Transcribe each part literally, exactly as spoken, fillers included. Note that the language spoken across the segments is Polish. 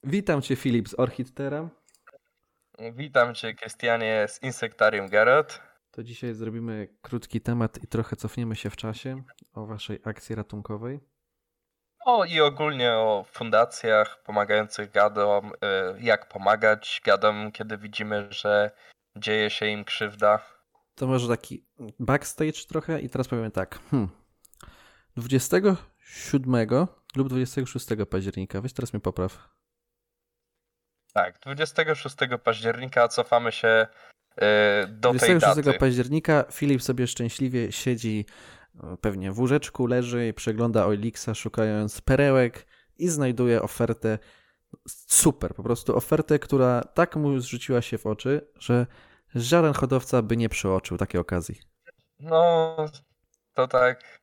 Witam Cię, Filip z Orchidtera. Witam Cię, Krystianie z Insektarium Garot. To dzisiaj zrobimy krótki temat i trochę cofniemy się w czasie o Waszej akcji ratunkowej. O i ogólnie o fundacjach pomagających gadom, jak pomagać gadom, kiedy widzimy, że dzieje się im krzywda. To może taki backstage trochę i teraz powiemy tak. Hmm. dwudziestego siódmego lub dwudziestego szóstego października, weź teraz mnie popraw. Tak, dwudziestego szóstego października cofamy się yy, do tej dwudziestego szóstego daty. października Filip sobie szczęśliwie siedzi pewnie w łóżeczku, leży i przegląda O L X a szukając perełek i znajduje ofertę super, po prostu ofertę, która tak mu zrzuciła się w oczy, że żaden hodowca by nie przeoczył takiej okazji. No, to tak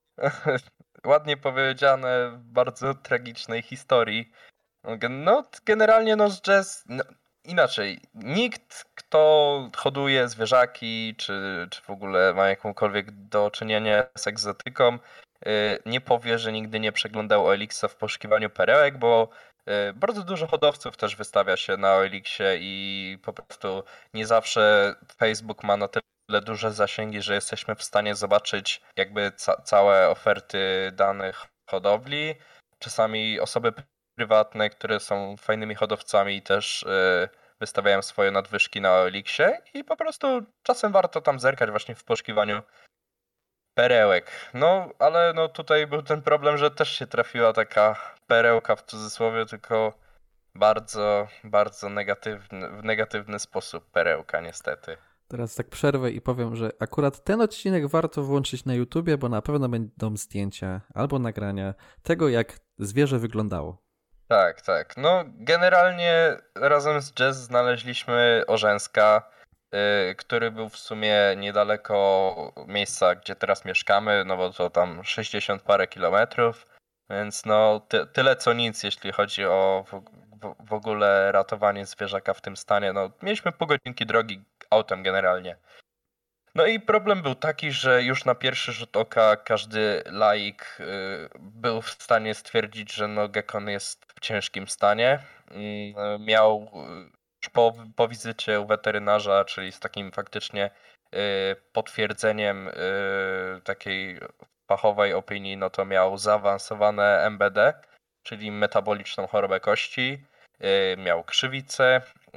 ładnie powiedziane w bardzo tragicznej historii. No, generalnie no z jazz, no, inaczej, nikt, kto hoduje zwierzaki, czy, czy w ogóle ma jakąkolwiek do czynienia z egzotyką, nie powie, że nigdy nie przeglądał O L X a w poszukiwaniu perełek, bo bardzo dużo hodowców też wystawia się na O L X ie i po prostu nie zawsze Facebook ma na tyle duże zasięgi, że jesteśmy w stanie zobaczyć jakby ca- całe oferty danych hodowli. Czasami osoby prywatne, które są fajnymi hodowcami i też yy, wystawiają swoje nadwyżki na O L X ie i po prostu czasem warto tam zerkać właśnie w poszukiwaniu perełek. No, ale no tutaj był ten problem, że też się trafiła taka perełka w cudzysłowie, tylko bardzo, bardzo negatywny, w negatywny sposób perełka niestety. Teraz tak przerwę i powiem, że akurat ten odcinek warto włączyć na YouTubie, bo na pewno będą zdjęcia albo nagrania tego, jak zwierzę wyglądało. Tak, tak. No generalnie razem z Jazz znaleźliśmy orzęska, yy, który był w sumie niedaleko miejsca, gdzie teraz mieszkamy, no bo to tam sześćdziesiąt parę kilometrów, więc no ty, tyle co nic, jeśli chodzi o w, w, w ogóle ratowanie zwierzaka w tym stanie. No mieliśmy pół godzinki drogi autem generalnie. No i problem był taki, że już na pierwszy rzut oka każdy laik y, był w stanie stwierdzić, że no gekon jest w ciężkim stanie. Mm, Miał y, już po, po wizycie u weterynarza, czyli z takim faktycznie y, potwierdzeniem y, takiej fachowej opinii, no to miał zaawansowane M B D, czyli metaboliczną chorobę kości, y, miał krzywicę,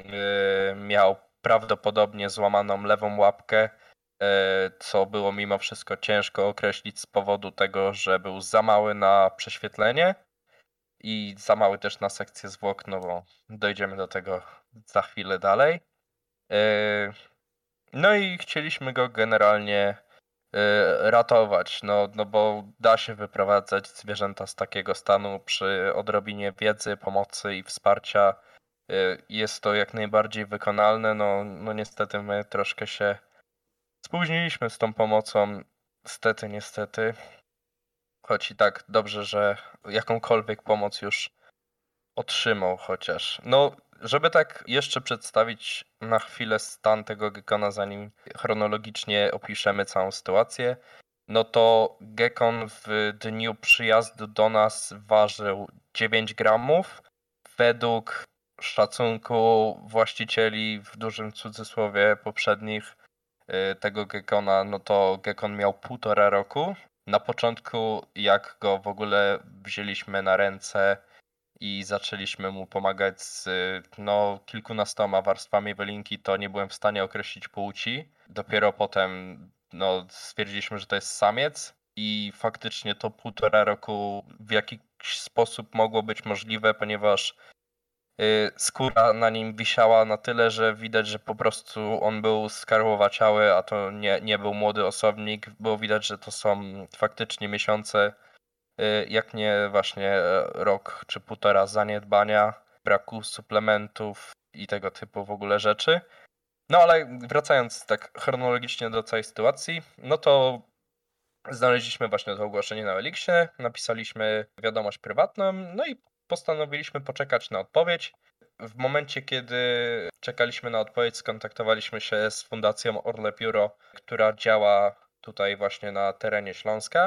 y, miał prawdopodobnie złamaną lewą łapkę, co było mimo wszystko ciężko określić z powodu tego, że był za mały na prześwietlenie i za mały też na sekcję zwłok, no bo dojdziemy do tego za chwilę dalej. No i chcieliśmy go generalnie ratować, no, no bo da się wyprowadzać zwierzęta z takiego stanu przy odrobinie wiedzy, pomocy i wsparcia. Jest to jak najbardziej wykonalne, no, no niestety my troszkę się spóźniliśmy z tą pomocą, stety, niestety. Choć i tak dobrze, że jakąkolwiek pomoc już otrzymał chociaż. No, żeby tak jeszcze przedstawić na chwilę stan tego gekona, zanim chronologicznie opiszemy całą sytuację, no to gekon w dniu przyjazdu do nas ważył dziewięć gramów. Według szacunku właścicieli, w dużym cudzysłowie poprzednich, tego gekona, no to gekon miał półtora roku. Na początku, jak go w ogóle wzięliśmy na ręce i zaczęliśmy mu pomagać z no, kilkunastoma warstwami wylinki, to nie byłem w stanie określić płci. Dopiero potem no, stwierdziliśmy, że to jest samiec i faktycznie to półtora roku w jakiś sposób mogło być możliwe, ponieważ skóra na nim wisiała na tyle, że widać, że po prostu on był skarłowaciały, a to nie, nie był młody osobnik. Było widać, że to są faktycznie miesiące, jak nie właśnie rok czy półtora zaniedbania, braku suplementów i tego typu w ogóle rzeczy. No ale wracając tak chronologicznie do całej sytuacji, no to znaleźliśmy właśnie to ogłoszenie na O L X ie, napisaliśmy wiadomość prywatną, no i postanowiliśmy poczekać na odpowiedź. W momencie, kiedy czekaliśmy na odpowiedź, skontaktowaliśmy się z Fundacją Orle Pióro, która działa tutaj właśnie na terenie Śląska.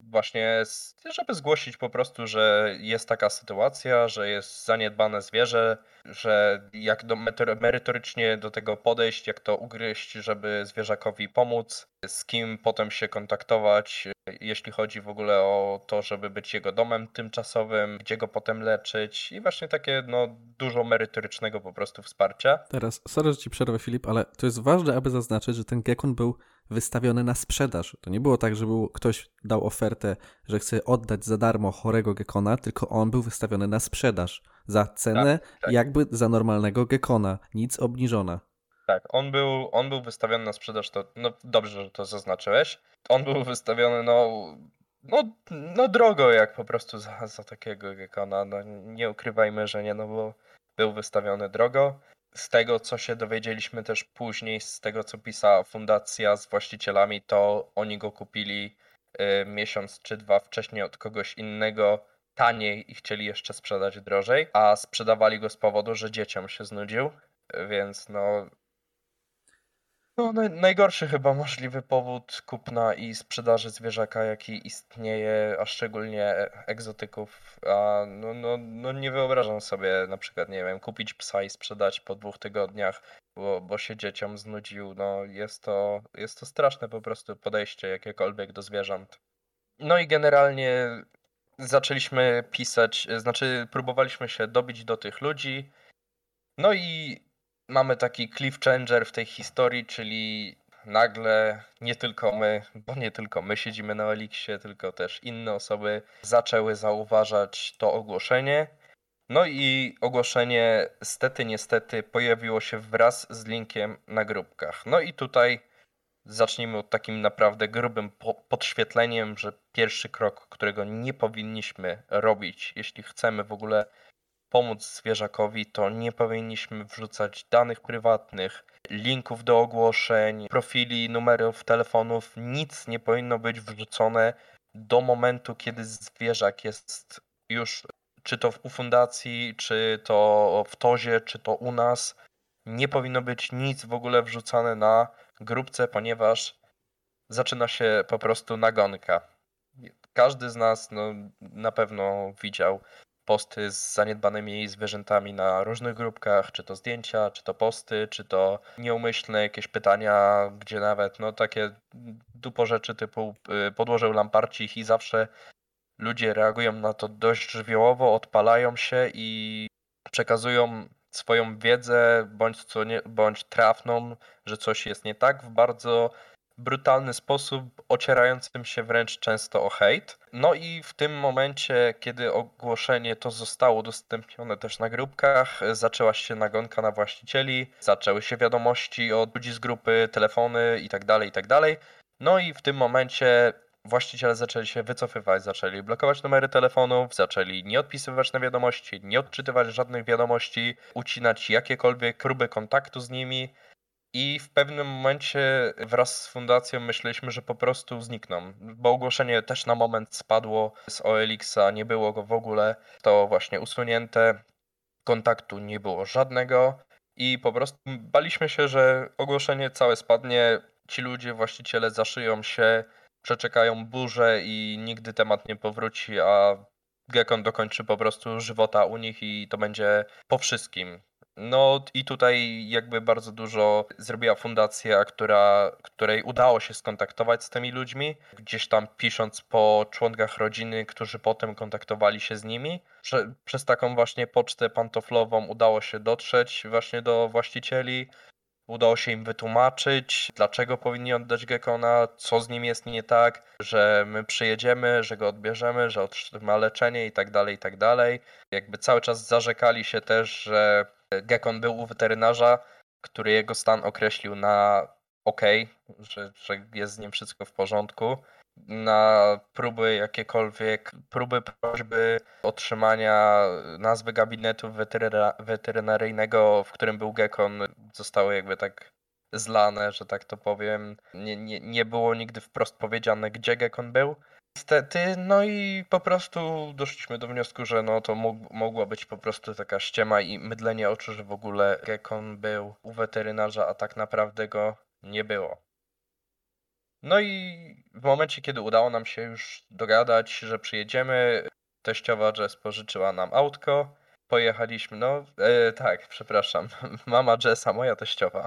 właśnie, s- żeby zgłosić po prostu, że jest taka sytuacja, że jest zaniedbane zwierzę, że jak do meteor- merytorycznie do tego podejść, jak to ugryźć, żeby zwierzakowi pomóc, z kim potem się kontaktować, jeśli chodzi w ogóle o to, żeby być jego domem tymczasowym, gdzie go potem leczyć i właśnie takie no dużo merytorycznego po prostu wsparcia. Teraz, sorry, że ci przerwę, Filip, ale to jest ważne, aby zaznaczyć, że ten gekon był wystawiony na sprzedaż. To nie było tak, że był, ktoś dał ofertę, że chce oddać za darmo chorego gekona, tylko on był wystawiony na sprzedaż. Za cenę Tak, tak. jakby za normalnego gekona. Nic obniżona. Tak, on był, on był wystawiony na sprzedaż, to no dobrze, że to zaznaczyłeś. On był wystawiony no, no, no drogo jak po prostu za, za takiego gekona. No, nie ukrywajmy, że nie, no bo był wystawiony drogo. Z tego, co się dowiedzieliśmy też później, z tego, co pisała fundacja z właścicielami, to oni go kupili y, miesiąc czy dwa wcześniej od kogoś innego taniej i chcieli jeszcze sprzedać drożej, a sprzedawali go z powodu, że dzieciom się znudził. Więc no, no, naj, najgorszy chyba możliwy powód kupna i sprzedaży zwierzaka, jaki istnieje, a szczególnie e- egzotyków. A no, no, no nie wyobrażam sobie na przykład, nie wiem, kupić psa i sprzedać po dwóch tygodniach, bo, bo się dzieciom znudził. No jest to, jest to straszne po prostu podejście jakiekolwiek do zwierząt. No i generalnie zaczęliśmy pisać, znaczy próbowaliśmy się dobić do tych ludzi. No i mamy taki cliffhanger w tej historii, czyli nagle nie tylko my, bo nie tylko my siedzimy na Elixie, tylko też inne osoby zaczęły zauważać to ogłoszenie. No i ogłoszenie stety, niestety pojawiło się wraz z linkiem na grupkach. No i tutaj zacznijmy od takim naprawdę grubym po- podświetleniem, że pierwszy krok, którego nie powinniśmy robić, jeśli chcemy w ogóle pomóc zwierzakowi, to nie powinniśmy wrzucać danych prywatnych, linków do ogłoszeń, profili, numerów telefonów. Nic nie powinno być wrzucone do momentu, kiedy zwierzak jest już, czy to u fundacji, czy to w tozie, czy to u nas. Nie powinno być nic w ogóle wrzucane na grupce, ponieważ zaczyna się po prostu nagonka. Każdy z nas no, na pewno widział posty z zaniedbanymi zwierzętami na różnych grupkach, czy to zdjęcia, czy to posty, czy to nieumyślne jakieś pytania, gdzie nawet no takie dupo rzeczy typu y, podłożył lamparcich i zawsze ludzie reagują na to dość żywiołowo, odpalają się i przekazują swoją wiedzę, bądź, co nie, bądź trafną, że coś jest nie tak w bardzo brutalny sposób, ocierającym się wręcz często o hejt. No i w tym momencie, kiedy ogłoszenie to zostało udostępnione też na grupkach, zaczęła się nagonka na właścicieli, zaczęły się wiadomości od ludzi z grupy, telefony itd., itd. No i w tym momencie właściciele zaczęli się wycofywać, zaczęli blokować numery telefonów, zaczęli nie odpisywać na wiadomości, nie odczytywać żadnych wiadomości, ucinać jakiekolwiek próby kontaktu z nimi. I w pewnym momencie wraz z fundacją myśleliśmy, że po prostu znikną, bo ogłoszenie też na moment spadło z O L X-a, nie było go w ogóle, to właśnie usunięte, kontaktu nie było żadnego i po prostu baliśmy się, że ogłoszenie całe spadnie, ci ludzie, właściciele zaszyją się, przeczekają burzę i nigdy temat nie powróci, a Gekon dokończy po prostu żywota u nich i to będzie po wszystkim. No i tutaj jakby bardzo dużo zrobiła fundacja, która, której udało się skontaktować z tymi ludźmi, gdzieś tam pisząc po członkach rodziny, którzy potem kontaktowali się z nimi. Prze, przez taką właśnie pocztę pantoflową udało się dotrzeć właśnie do właścicieli. Udało się im wytłumaczyć, dlaczego powinni oddać Gekona, co z nim jest nie tak, że my przyjedziemy, że go odbierzemy, że otrzyma leczenie i tak dalej, i tak dalej. Jakby cały czas zarzekali się też, że Gekon był u weterynarza, który jego stan określił na OK, że, że jest z nim wszystko w porządku. Na próby jakiekolwiek, próby, prośby otrzymania nazwy gabinetu weteryna, weterynaryjnego, w którym był Gekon, zostały jakby tak zlane, że tak to powiem. Nie, nie, nie było nigdy wprost powiedziane, gdzie Gekon był. Niestety, no i po prostu doszliśmy do wniosku, że no to mógł, mogła być po prostu taka ściema i mydlenie oczu, że w ogóle Gekon był u weterynarza, a tak naprawdę go nie było. No i w momencie, kiedy udało nam się już dogadać, że przyjedziemy, teściowa Jess pożyczyła nam autko. Pojechaliśmy, no e, tak, przepraszam, mama Jessa, moja teściowa.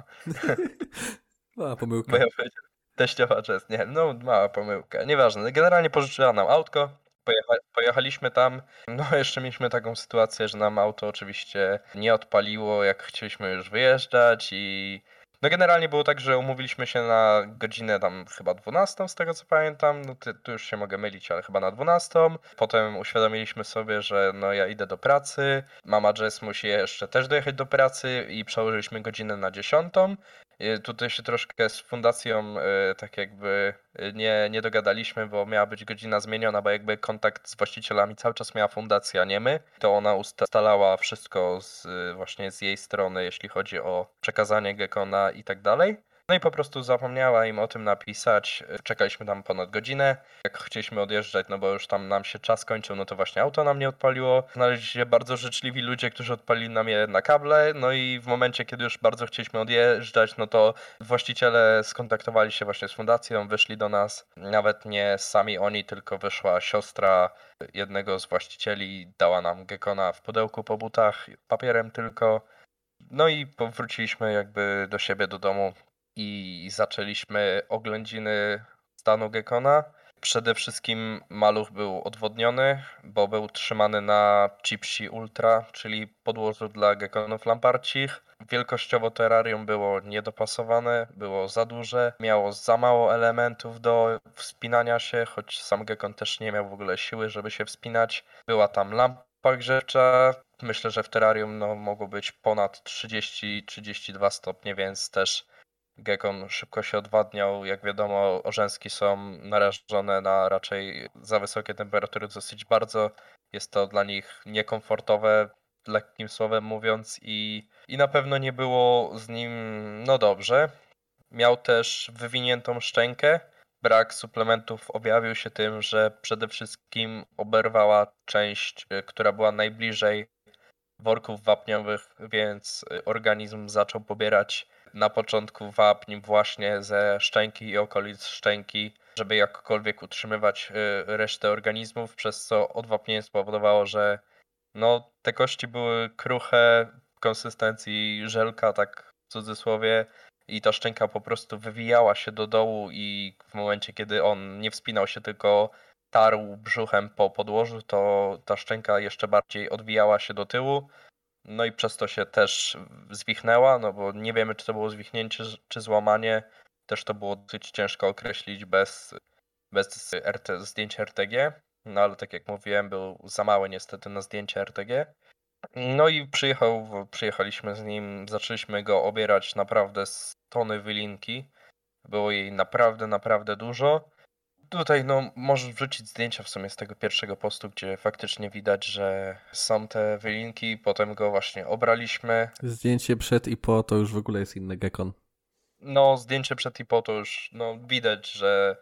Mała pomyłka. Bo ja powiedziałem teściowa Jess, nie, no mała pomyłka, nieważne. Generalnie pożyczyła nam autko, pojecha pojechaliśmy tam. No jeszcze mieliśmy taką sytuację, że nam auto oczywiście nie odpaliło, jak chcieliśmy już wyjeżdżać i no generalnie było tak, że umówiliśmy się na godzinę tam chyba dwunastą z tego co pamiętam, no ty, tu już się mogę mylić, ale chyba na dwunastą. Potem uświadomiliśmy sobie, że no ja idę do pracy, mama Jess musi jeszcze też dojechać do pracy i przełożyliśmy godzinę na dziesiątą. I tutaj się troszkę z fundacją y, tak jakby y, nie, nie dogadaliśmy, bo miała być godzina zmieniona, bo jakby kontakt z właścicielami cały czas miała fundacja, nie my. To ona ustalała wszystko z, y, właśnie z jej strony, jeśli chodzi o przekazanie Gekona i tak dalej. No i po prostu zapomniała im o tym napisać. Czekaliśmy tam ponad godzinę. Jak chcieliśmy odjeżdżać, no bo już tam nam się czas kończył, no to właśnie auto nam nie odpaliło. Znaleźli się bardzo życzliwi ludzie, którzy odpalili nam je na kable. No i w momencie, kiedy już bardzo chcieliśmy odjeżdżać, no to właściciele skontaktowali się właśnie z fundacją, wyszli do nas. Nawet nie sami oni, tylko wyszła siostra jednego z właścicieli, dała nam Gekona w pudełku po butach, papierem tylko. No i powróciliśmy jakby do siebie, do domu i zaczęliśmy oględziny stanu Gekona. Przede wszystkim maluch był odwodniony, bo był trzymany na Chipsi Ultra, czyli podłożu dla Gekonów lamparcich. Wielkościowo terrarium było niedopasowane, było za duże, miało za mało elementów do wspinania się, choć sam Gekon też nie miał w ogóle siły, żeby się wspinać. Była tam lampa grzewcza. Myślę, że w terrarium no, mogło być ponad trzydzieści trzydzieści dwa stopnie, więc też Gekon szybko się odwadniał. Jak wiadomo, orzęski są narażone na raczej za wysokie temperatury dosyć bardzo. Jest to dla nich niekomfortowe, lekkim słowem mówiąc, i, i na pewno nie było z nim no dobrze. Miał też wywiniętą szczękę. Brak suplementów objawił się tym, że przede wszystkim oberwała część, która była najbliżej worków wapniowych, więc organizm zaczął pobierać na początku wapń właśnie ze szczęki i okolic szczęki, żeby jakkolwiek utrzymywać resztę organizmów, przez co odwapnienie spowodowało, że no, te kości były kruche, w konsystencji żelka, tak w cudzysłowie, i ta szczęka po prostu wywijała się do dołu i w momencie, kiedy on nie wspinał się, tylko tarł brzuchem po podłożu, to ta szczęka jeszcze bardziej odwijała się do tyłu. No i przez to się też zwichnęła, no bo nie wiemy, czy to było zwichnięcie, czy złamanie. Też to było dosyć ciężko określić bez, bez R T, zdjęcia R T G. No ale tak jak mówiłem, był za mały niestety na zdjęcie R T G. No i przyjechał, przyjechaliśmy z nim, zaczęliśmy go obierać naprawdę z tony wylinki. Było jej naprawdę, naprawdę dużo. Tutaj no możesz wrzucić zdjęcia w sumie z tego pierwszego postu, gdzie faktycznie widać, że są te wylinki, potem go właśnie obraliśmy. Zdjęcie przed i po to już w ogóle jest inny Gekon. No zdjęcie przed i po to już no, widać, że,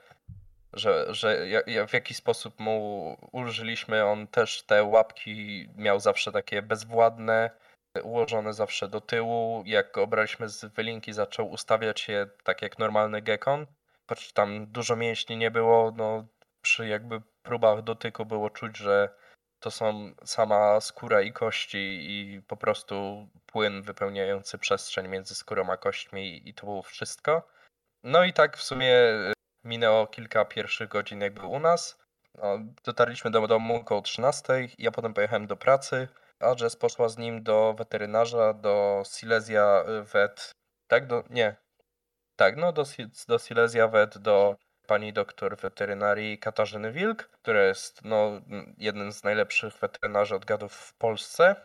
że, że ja, ja w jaki sposób mu ulżyliśmy. On też te łapki miał zawsze takie bezwładne, ułożone zawsze do tyłu. Jak go obraliśmy z wylinki, zaczął ustawiać się tak jak normalny gekon. Choć tam dużo mięśni nie było, no przy jakby próbach dotyku było czuć, że to są sama skóra i kości i po prostu płyn wypełniający przestrzeń między skórą a kośćmi i to było wszystko. No i tak w sumie minęło kilka pierwszych godzin jakby u nas. No, dotarliśmy do domu około trzynastej, ja potem pojechałem do pracy, a Jess poszła z nim do weterynarza, do Silesia Vet, tak? Do, nie, tak, no do, do Silesia Vet, do pani doktor weterynarii Katarzyny Wilk, która jest no, jednym z najlepszych weterynarzy odgadów w Polsce.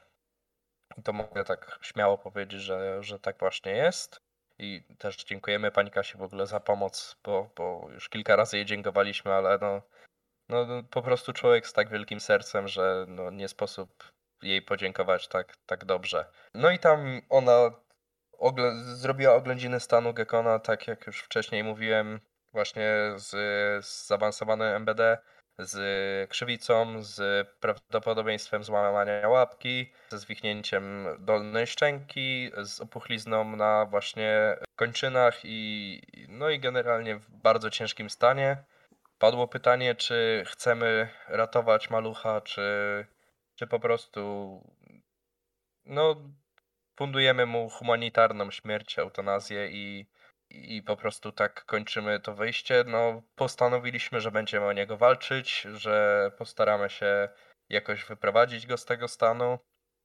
I to mogę tak śmiało powiedzieć, że, że tak właśnie jest. I też dziękujemy pani Kasi w ogóle za pomoc, bo, bo już kilka razy jej dziękowaliśmy, ale no, no, no po prostu człowiek z tak wielkim sercem, że no nie sposób jej podziękować tak, tak dobrze. No i tam ona ogle zrobiła oględziny stanu Gekona, tak jak już wcześniej mówiłem, właśnie z, z zaawansowanym M B D, z krzywicą, z prawdopodobieństwem złamania łapki, ze zwichnięciem dolnej szczęki, z opuchlizną na właśnie kończynach i no i generalnie w bardzo ciężkim stanie. Padło pytanie, czy chcemy ratować malucha, czy, czy po prostu no, fundujemy mu humanitarną śmierć, eutanazję i, i po prostu tak kończymy to wyjście. No, postanowiliśmy, że będziemy o niego walczyć, że postaramy się jakoś wyprowadzić go z tego stanu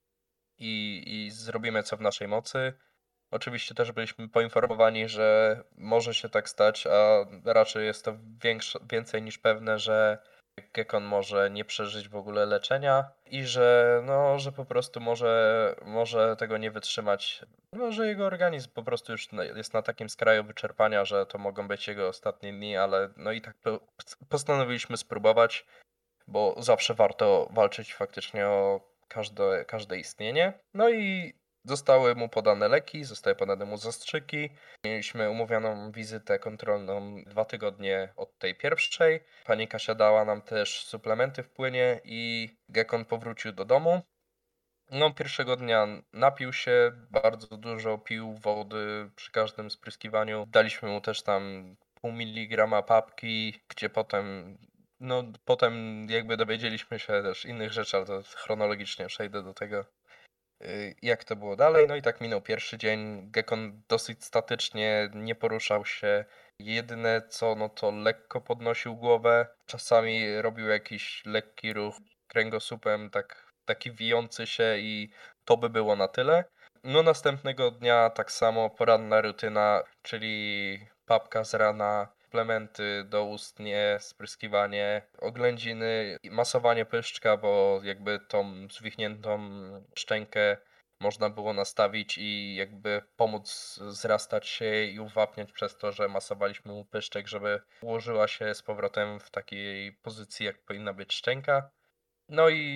i, i zrobimy co w naszej mocy. Oczywiście też byliśmy poinformowani, że może się tak stać, a raczej jest to większe, więcej niż pewne, że Gekon może nie przeżyć w ogóle leczenia i że no, że po prostu może, może tego nie wytrzymać. No, że jego organizm po prostu już na- jest na takim skraju wyczerpania, że to mogą być jego ostatnie dni, ale no i tak po- postanowiliśmy spróbować, bo zawsze warto walczyć faktycznie o każde, każde istnienie. No i zostały mu podane leki, zostały podane mu zastrzyki. Mieliśmy umówioną wizytę kontrolną dwa tygodnie od tej pierwszej. Pani Kasia dała nam też suplementy w płynie i Gekon powrócił do domu. No, pierwszego dnia napił się, bardzo dużo pił wody przy każdym spryskiwaniu. Daliśmy mu też tam pół miligrama papki, gdzie potem, no potem jakby dowiedzieliśmy się też innych rzeczy, ale to chronologicznie przejdę do tego, y, jak to było dalej. No i tak minął pierwszy dzień. Gekon dosyć statycznie, nie poruszał się. Jedyne co, no to lekko podnosił głowę. Czasami robił jakiś lekki ruch kręgosłupem, tak, taki wijący się i to by było na tyle. No następnego dnia tak samo poranna rutyna, czyli papka z rana, suplementy doustnie, spryskiwanie, oględziny, masowanie pyszczka, bo jakby tą zwichniętą szczękę można było nastawić i jakby pomóc zrastać się i uwapniać przez to, że masowaliśmy mu pyszczek, żeby ułożyła się z powrotem w takiej pozycji, jak powinna być szczęka. No i,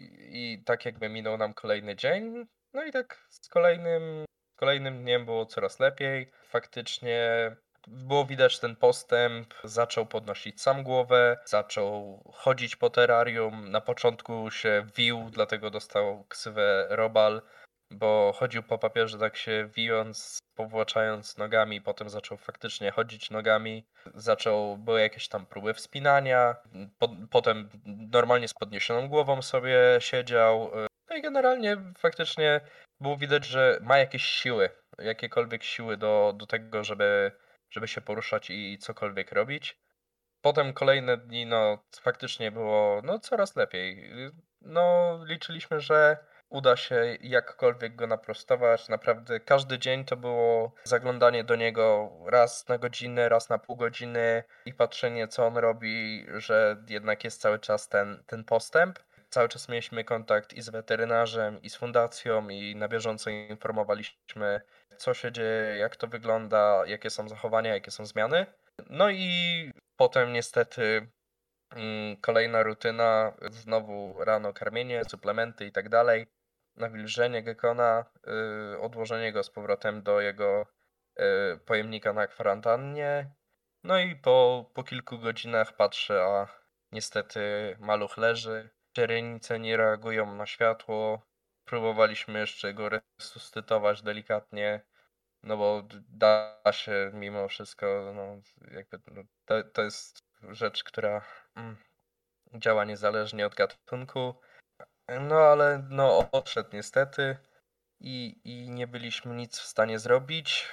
i tak jakby minął nam kolejny dzień, no i tak z kolejnym, kolejnym dniem było coraz lepiej. Faktycznie było widać ten postęp, zaczął podnosić sam głowę, zaczął chodzić po terrarium. Na początku się wił, dlatego dostał ksywę Robal, bo chodził po papierze tak się wijąc, powłaczając nogami, potem zaczął faktycznie chodzić nogami, zaczął, były jakieś tam próby wspinania, po, potem normalnie z podniesioną głową sobie siedział, no i generalnie faktycznie było widać, że ma jakieś siły, jakiekolwiek siły do, do tego, żeby, żeby się poruszać i cokolwiek robić. Potem kolejne dni, no faktycznie było no coraz lepiej. No liczyliśmy, że uda się jakkolwiek go naprostować. Naprawdę każdy dzień to było zaglądanie do niego raz na godzinę, raz na pół godziny i patrzenie co on robi, że jednak jest cały czas ten, ten postęp. Cały czas mieliśmy kontakt i z weterynarzem, i z fundacją, i na bieżąco informowaliśmy, co się dzieje, jak to wygląda, jakie są zachowania, jakie są zmiany. No i potem niestety mm, kolejna rutyna, znowu rano karmienie, suplementy i tak dalej, nawilżenie Gekona, y, odłożenie go z powrotem do jego y, pojemnika na kwarantannie. No i po, po kilku godzinach patrzę, a niestety maluch leży. Źrenice nie reagują na światło. Próbowaliśmy jeszcze go resuscytować delikatnie, no bo da się mimo wszystko, no jakby no, to, to jest rzecz, która mm, działa niezależnie od gatunku. No ale no odszedł niestety i, i nie byliśmy nic w stanie zrobić.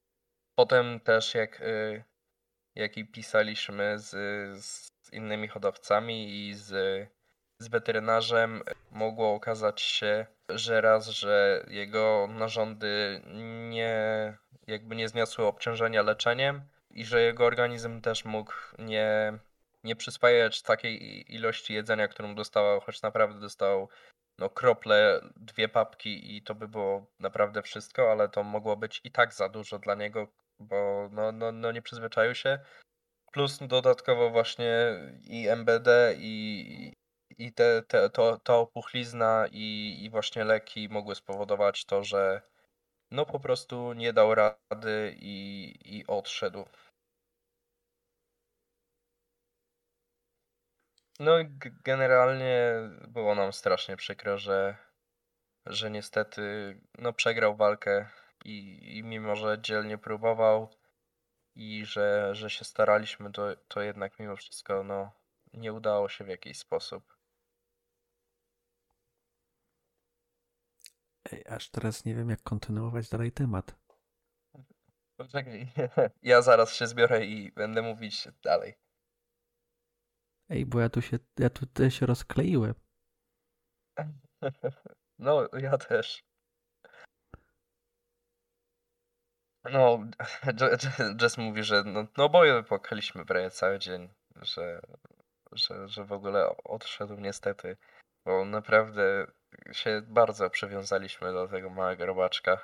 Potem też jak, y, jak i pisaliśmy z, z innymi hodowcami i z, z weterynarzem, mogło okazać się, że raz, że jego narządy nie, jakby nie zniosły obciążenia leczeniem i że jego organizm też mógł nie, nie przyswajać takiej i- ilości jedzenia, którą dostawał, choć naprawdę dostał no, krople, dwie papki i to by było naprawdę wszystko, ale to mogło być i tak za dużo dla niego, bo no, no, no nie przyzwyczaił się. Plus dodatkowo właśnie i M B D i, i te, te, to, ta opuchlizna i, i właśnie leki mogły spowodować to, że no po prostu nie dał rady i, i odszedł. No i g- generalnie było nam strasznie przykro, że, że niestety no przegrał walkę. i, i mimo, że dzielnie próbował i że, że się staraliśmy, to, to jednak mimo wszystko no, nie udało się w jakiś sposób. Ej, aż teraz nie wiem, jak kontynuować dalej temat. Poczekaj, ja zaraz się zbiorę i będę mówić dalej. Ej, bo ja tu się, ja tutaj się rozkleiłem. No, ja też. No, Je- Je- Jess mówi, że no, no oboje płakaliśmy prawie cały dzień, że, że, że w ogóle odszedł niestety, bo naprawdę się bardzo przywiązaliśmy do tego małego robaczka.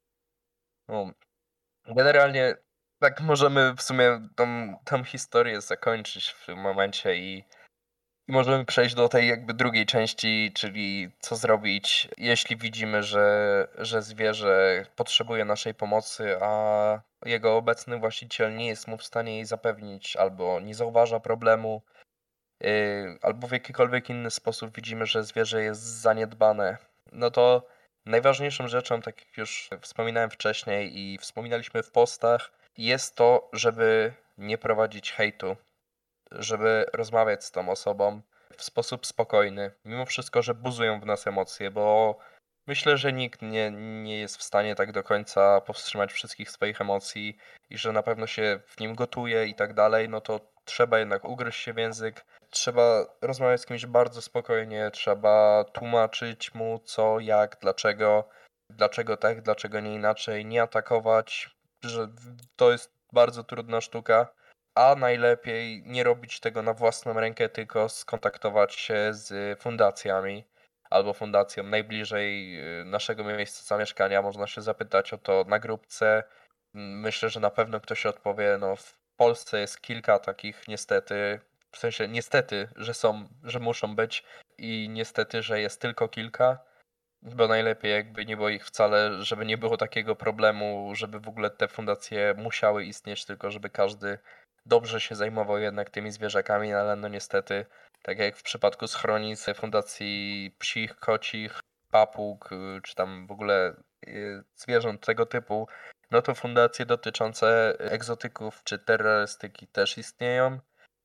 No, generalnie tak możemy w sumie tą, tą historię zakończyć w tym momencie i I możemy przejść do tej jakby drugiej części, czyli co zrobić, jeśli widzimy, że, że zwierzę potrzebuje naszej pomocy, a jego obecny właściciel nie jest mu w stanie jej zapewnić, albo nie zauważa problemu, yy, albo w jakikolwiek inny sposób widzimy, że zwierzę jest zaniedbane. No to najważniejszą rzeczą, tak jak już wspominałem wcześniej i wspominaliśmy w postach, jest to, żeby nie prowadzić hejtu, żeby rozmawiać z tą osobą w sposób spokojny, mimo wszystko, że buzują w nas emocje, bo myślę, że nikt nie, nie jest w stanie tak do końca powstrzymać wszystkich swoich emocji i że na pewno się w nim gotuje i tak dalej, no to trzeba jednak ugryźć się w język, trzeba rozmawiać z kimś bardzo spokojnie, trzeba tłumaczyć mu co, jak, dlaczego, dlaczego tak, dlaczego nie inaczej, nie atakować, że to jest bardzo trudna sztuka, a najlepiej nie robić tego na własną rękę, tylko skontaktować się z fundacjami albo fundacją najbliżej y, naszego miejsca zamieszkania. Można się zapytać o to na grupce. Mm, Myślę, że na pewno ktoś odpowie. No, w Polsce jest kilka takich niestety, w sensie niestety, że są, że muszą być i niestety, że jest tylko kilka. Bo najlepiej jakby nie było ich wcale, żeby nie było takiego problemu, żeby w ogóle te fundacje musiały istnieć, tylko żeby każdy dobrze się zajmował jednak tymi zwierzakami, no ale no niestety, tak jak w przypadku schronisk, fundacji psich, kocich, papug, y, czy tam w ogóle y, zwierząt tego typu, no to fundacje dotyczące egzotyków czy terrorystyki też istnieją.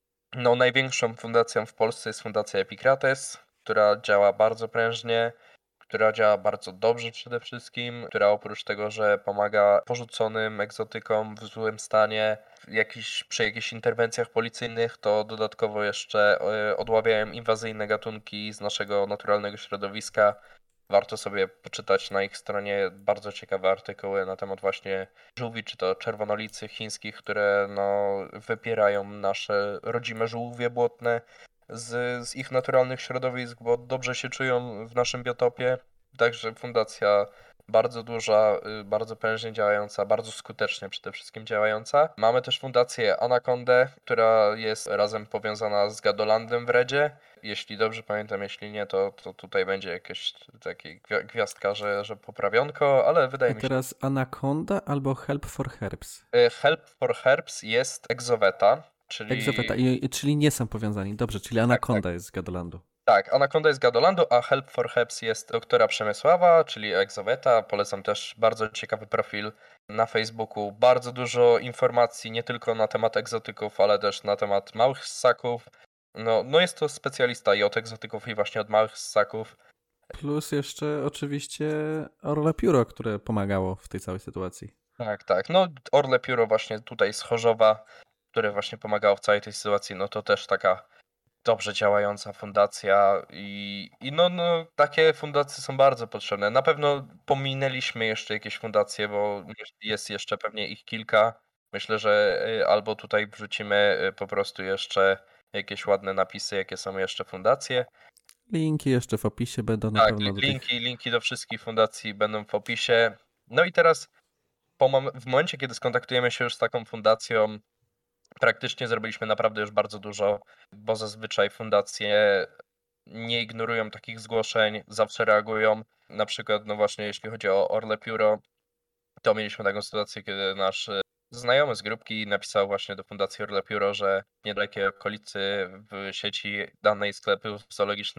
No największą fundacją w Polsce jest Fundacja Epicrates, która działa bardzo prężnie, która działa bardzo dobrze przede wszystkim, która oprócz tego, że pomaga porzuconym egzotykom w złym stanie, w jakiś, przy jakichś interwencjach policyjnych, to dodatkowo jeszcze e, odławiają inwazyjne gatunki z naszego naturalnego środowiska. Warto sobie poczytać na ich stronie bardzo ciekawe artykuły na temat właśnie żółwi, czy to czerwonolicy chińskich, które no, wypierają nasze rodzime żółwie błotne z, z ich naturalnych środowisk, bo dobrze się czują w naszym biotopie. Także fundacja bardzo duża, y, bardzo prężnie działająca, bardzo skutecznie przede wszystkim działająca. Mamy też fundację Anacondę, która jest razem powiązana z Gadolandem w Redzie. Jeśli dobrze pamiętam, jeśli nie, to, to tutaj będzie jakieś takie gwia- gwiazdka, że, że poprawionko, ale wydaje A mi się, teraz Anaconda albo Help for Herbs. że Help for Herbs jest Exoveta, Egzofeta, czyli i, i, czyli nie są powiązani. Dobrze, czyli tak, tak. Anaconda jest z Gadolandu. Tak, Anaconda jest Gadolandu, a Help for Herbs jest doktora Przemysława, czyli Exoveta. Polecam też bardzo ciekawy profil na Facebooku. Bardzo dużo informacji, nie tylko na temat egzotyków, ale też na temat małych ssaków. No, no jest to specjalista i od egzotyków, i właśnie od małych ssaków. Plus jeszcze oczywiście Orle Pióro, które pomagało w tej całej sytuacji. Tak, tak. No, Orle Pióro właśnie tutaj z Chorzowa, które właśnie pomagało w całej tej sytuacji, no to też taka dobrze działająca fundacja i, i no, no takie fundacje są bardzo potrzebne. Na pewno pominęliśmy jeszcze jakieś fundacje, bo jest jeszcze pewnie ich kilka. Myślę, że y, albo tutaj wrzucimy y, po prostu jeszcze jakieś ładne napisy, jakie są jeszcze fundacje. Linki jeszcze w opisie będą na Tak, pewno do tych. linki, linki do wszystkich fundacji będą w opisie. No i teraz po mom- w momencie, kiedy skontaktujemy się już z taką fundacją, praktycznie zrobiliśmy naprawdę już bardzo dużo, bo zazwyczaj fundacje nie ignorują takich zgłoszeń, zawsze reagują. Na przykład, no właśnie, jeśli chodzi o Orle Pióro, to mieliśmy taką sytuację, kiedy nasz e, znajomy z grupki napisał właśnie do Fundacji Orle Pióro, że w niedalekiej okolicy w sieci danej sklepów zoologicznych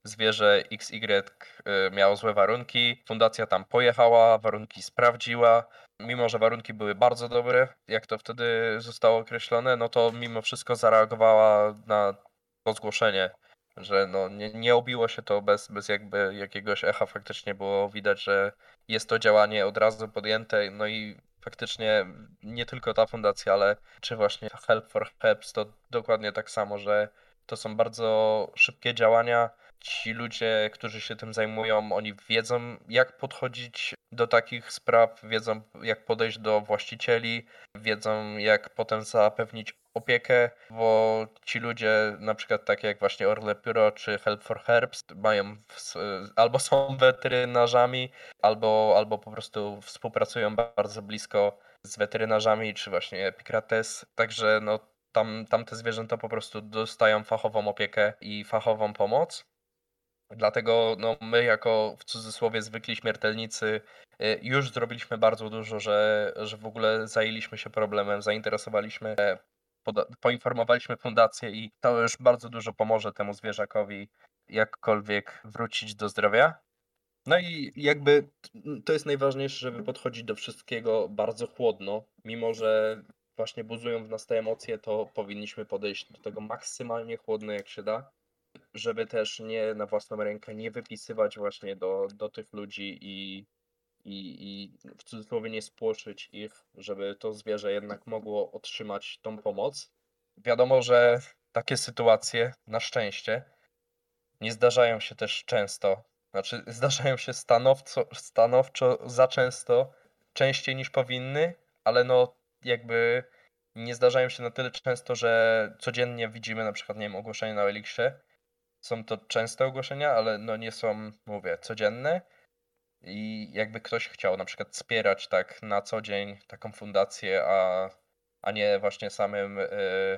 zwierzę X Y miało złe warunki, fundacja tam pojechała, warunki sprawdziła, mimo że warunki były bardzo dobre, jak to wtedy zostało określone, no to mimo wszystko zareagowała na to zgłoszenie, że no nie, nie obiło się to bez, bez jakby jakiegoś echa, faktycznie było widać, że jest to działanie od razu podjęte, no i faktycznie nie tylko ta fundacja, ale czy właśnie Help for Helps to dokładnie tak samo, że to są bardzo szybkie działania. Ci ludzie, którzy się tym zajmują, oni wiedzą, jak podchodzić do takich spraw, wiedzą, jak podejść do właścicieli, wiedzą, jak potem zapewnić opiekę, bo ci ludzie, na przykład takie jak właśnie Orle Pióro czy Help for Herbs, mają w, albo są weterynarzami, albo, albo po prostu współpracują bardzo blisko z weterynarzami, czy właśnie Epicrates, także no tam, tam te zwierzęta po prostu dostają fachową opiekę i fachową pomoc. Dlatego no, my jako w cudzysłowie zwykli śmiertelnicy y, już zrobiliśmy bardzo dużo, że, że w ogóle zajęliśmy się problemem, zainteresowaliśmy, e, poda- poinformowaliśmy fundację i to już bardzo dużo pomoże temu zwierzakowi jakkolwiek wrócić do zdrowia. No i jakby t- to jest najważniejsze, żeby podchodzić do wszystkiego bardzo chłodno, mimo że właśnie buzują w nas te emocje, to powinniśmy podejść do tego maksymalnie chłodno jak się da, żeby też nie na własną rękę nie wypisywać właśnie do, do tych ludzi i, i, i w cudzysłowie nie spłoszyć ich, żeby to zwierzę jednak mogło otrzymać tą pomoc. Wiadomo, że takie sytuacje na szczęście nie zdarzają się też często. Znaczy, zdarzają się stanowczo, stanowczo za często, częściej niż powinny, ale no jakby nie zdarzają się na tyle często, że codziennie widzimy na przykład, nie wiem, ogłoszenie na Elixie. Są to częste ogłoszenia, ale no nie są, mówię, codzienne. I jakby ktoś chciał na przykład wspierać tak na co dzień taką fundację, a, a nie właśnie samym, y,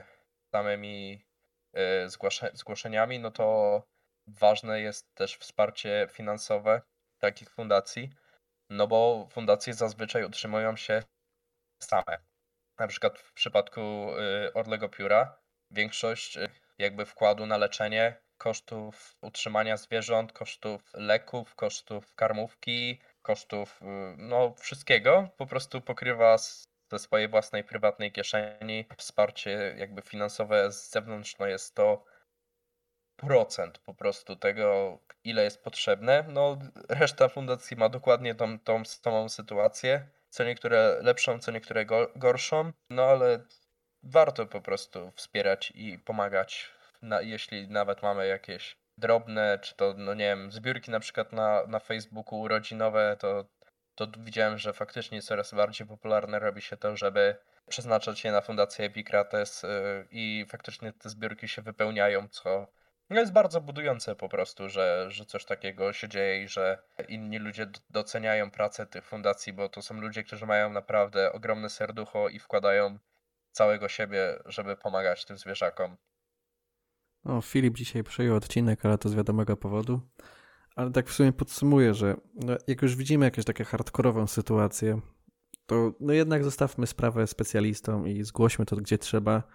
samymi y, zgłosze, zgłoszeniami, no to ważne jest też wsparcie finansowe takich fundacji, no bo fundacje zazwyczaj utrzymują się same. Na przykład w przypadku y, Orlego Pióra większość y, jakby wkładu na leczenie, kosztów utrzymania zwierząt, kosztów leków, kosztów karmówki, kosztów y, no wszystkiego po prostu pokrywa z- ze swojej własnej prywatnej kieszeni. Wsparcie jakby finansowe z zewnątrz no jest to procent po prostu tego, ile jest potrzebne. No, reszta fundacji ma dokładnie tą, tą samą sytuację. Co niektóre lepszą, co niektóre go- gorszą. No ale warto po prostu wspierać i pomagać, na, jeśli nawet mamy jakieś drobne, czy to, no nie wiem, zbiórki na przykład na, na Facebooku urodzinowe, to, to widziałem, że faktycznie coraz bardziej popularne robi się to, żeby przeznaczać je na Fundację Epicrates yy, i faktycznie te zbiórki się wypełniają, co no jest bardzo budujące po prostu, że, że coś takiego się dzieje i że inni ludzie d- doceniają pracę tych fundacji, bo to są ludzie, którzy mają naprawdę ogromne serducho i wkładają całego siebie, żeby pomagać tym zwierzakom. O, Filip dzisiaj przejął odcinek, ale to z wiadomego powodu. Ale tak w sumie podsumuję, że no, jak już widzimy jakąś taką hardkorową sytuację, to no jednak zostawmy sprawę specjalistom i zgłośmy to gdzie trzeba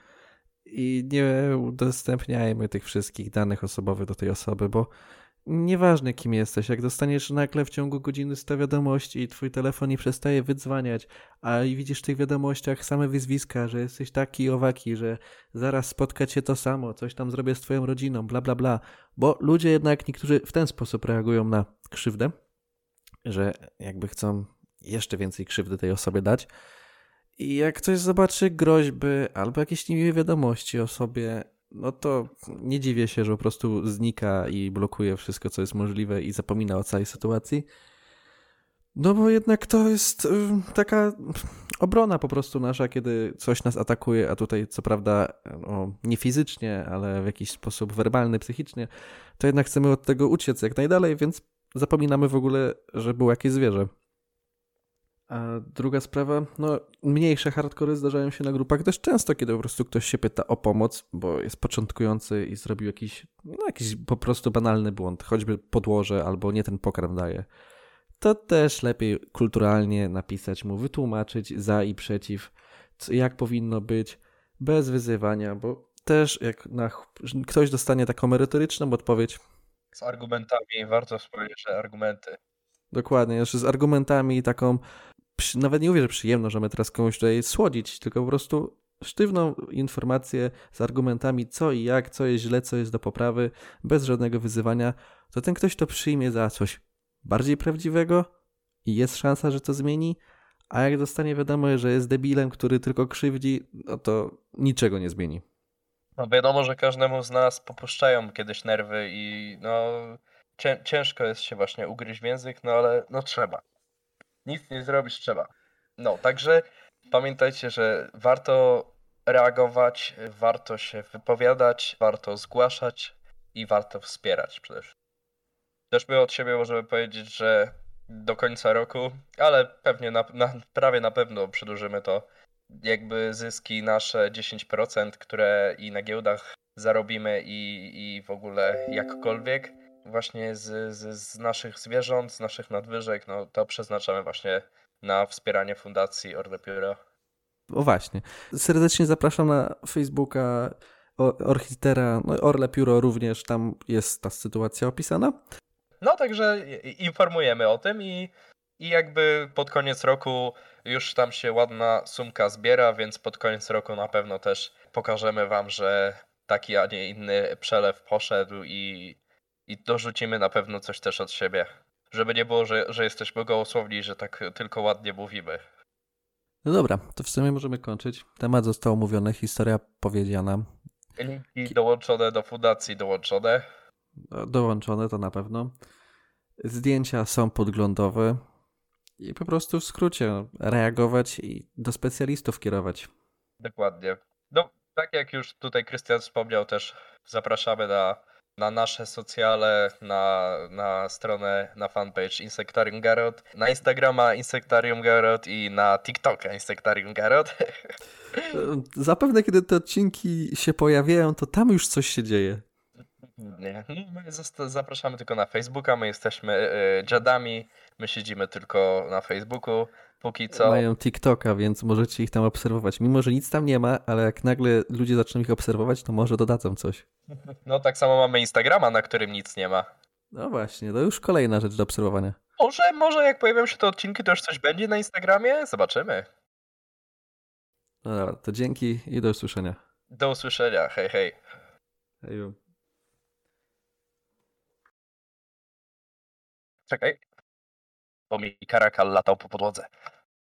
i nie udostępniajmy tych wszystkich danych osobowych do tej osoby, bo nieważne kim jesteś, jak dostaniesz nagle w ciągu godziny sto wiadomości i twój telefon nie przestaje wydzwaniać, a i widzisz w tych wiadomościach same wyzwiska, że jesteś taki i owaki, że zaraz spotka cię to samo, coś tam zrobię z twoją rodziną, bla bla bla, bo ludzie jednak niektórzy w ten sposób reagują na krzywdę, że jakby chcą jeszcze więcej krzywdy tej osobie dać i jak ktoś zobaczy groźby albo jakieś niemiłe wiadomości o sobie, no to nie dziwię się, że po prostu znika i blokuje wszystko, co jest możliwe i zapomina o całej sytuacji. No bo jednak to jest y, taka obrona po prostu nasza, kiedy coś nas atakuje, a tutaj co prawda no, nie fizycznie, ale w jakiś sposób werbalny, psychicznie, to jednak chcemy od tego uciec jak najdalej, więc zapominamy w ogóle, że było jakieś zwierzę. A druga sprawa, no mniejsze hardkory zdarzają się na grupach dość często, kiedy po prostu ktoś się pyta o pomoc, bo jest początkujący i zrobił jakiś, no jakiś po prostu banalny błąd, choćby podłoże albo nie ten pokarm daje. To też lepiej kulturalnie napisać mu, wytłumaczyć za i przeciw, co, jak powinno być, bez wyzywania, bo też jak na, ktoś dostanie taką merytoryczną odpowiedź, Z argumentami, warto wspomnieć, że argumenty. Dokładnie, jeszcze z argumentami taką, przy- nawet nie mówię, że przyjemną, że my teraz komuś tutaj słodzić, tylko po prostu sztywną informację z argumentami co i jak, co jest źle, co jest do poprawy, bez żadnego wyzywania, to ten ktoś to przyjmie za coś bardziej prawdziwego i jest szansa, że to zmieni, a jak dostanie wiadomość, że jest debilem, który tylko krzywdzi, no to niczego nie zmieni. No wiadomo, że każdemu z nas popuszczają kiedyś nerwy i no cię, ciężko jest się właśnie ugryźć w język, no ale no trzeba. Nic nie zrobisz, trzeba. No, także pamiętajcie, że warto reagować, warto się wypowiadać, warto zgłaszać i warto wspierać przede wszystkim. Też my od siebie możemy powiedzieć, że do końca roku, ale pewnie na, na, prawie na pewno przedłużymy to, jakby zyski nasze dziesięć procent, które i na giełdach zarobimy i, i w ogóle jakkolwiek właśnie z, z, z naszych zwierząt, z naszych nadwyżek, no to przeznaczamy właśnie na wspieranie fundacji Orle Pióro. O właśnie. Serdecznie zapraszam na Facebooka O- Orchitera, no Orle Pióro również, tam jest ta sytuacja opisana. No także i- informujemy o tym i, i jakby pod koniec roku już tam się ładna sumka zbiera, więc pod koniec roku na pewno też pokażemy wam, że taki, a nie inny przelew poszedł i, i dorzucimy na pewno coś też od siebie. Żeby nie było, że, że jesteśmy gołosłowni, że tak tylko ładnie mówimy. No dobra, to w sumie możemy kończyć. Temat został omówiony, historia powiedziana. Linki dołączone do fundacji dołączone. Dołączone to na pewno. Zdjęcia są podglądowe i po prostu w skrócie reagować i do specjalistów kierować. Dokładnie. No, tak jak już tutaj Krystian wspomniał, też zapraszamy na, na nasze socjale, na, na stronę, na fanpage Insectarium Garot, na Instagrama Insectarium Garot i na TikToka Insectarium Garot. Zapewne kiedy te odcinki się pojawiają, to tam już coś się dzieje. Nie, no, my zosta- zapraszamy tylko na Facebooka, my jesteśmy y, dziadami, my siedzimy tylko na Facebooku, póki co. Mają TikToka, więc możecie ich tam obserwować. Mimo, że nic tam nie ma, ale jak nagle ludzie zaczną ich obserwować, to może dodadzą coś. No tak samo mamy Instagrama, na którym nic nie ma. No właśnie, to już kolejna rzecz do obserwowania. Może, może jak pojawią się te odcinki, to już coś będzie na Instagramie? Zobaczymy. No dobra, to dzięki i do usłyszenia. Do usłyszenia, hej hej. Heju. Czekaj, bo mi karakal latał po podłodze.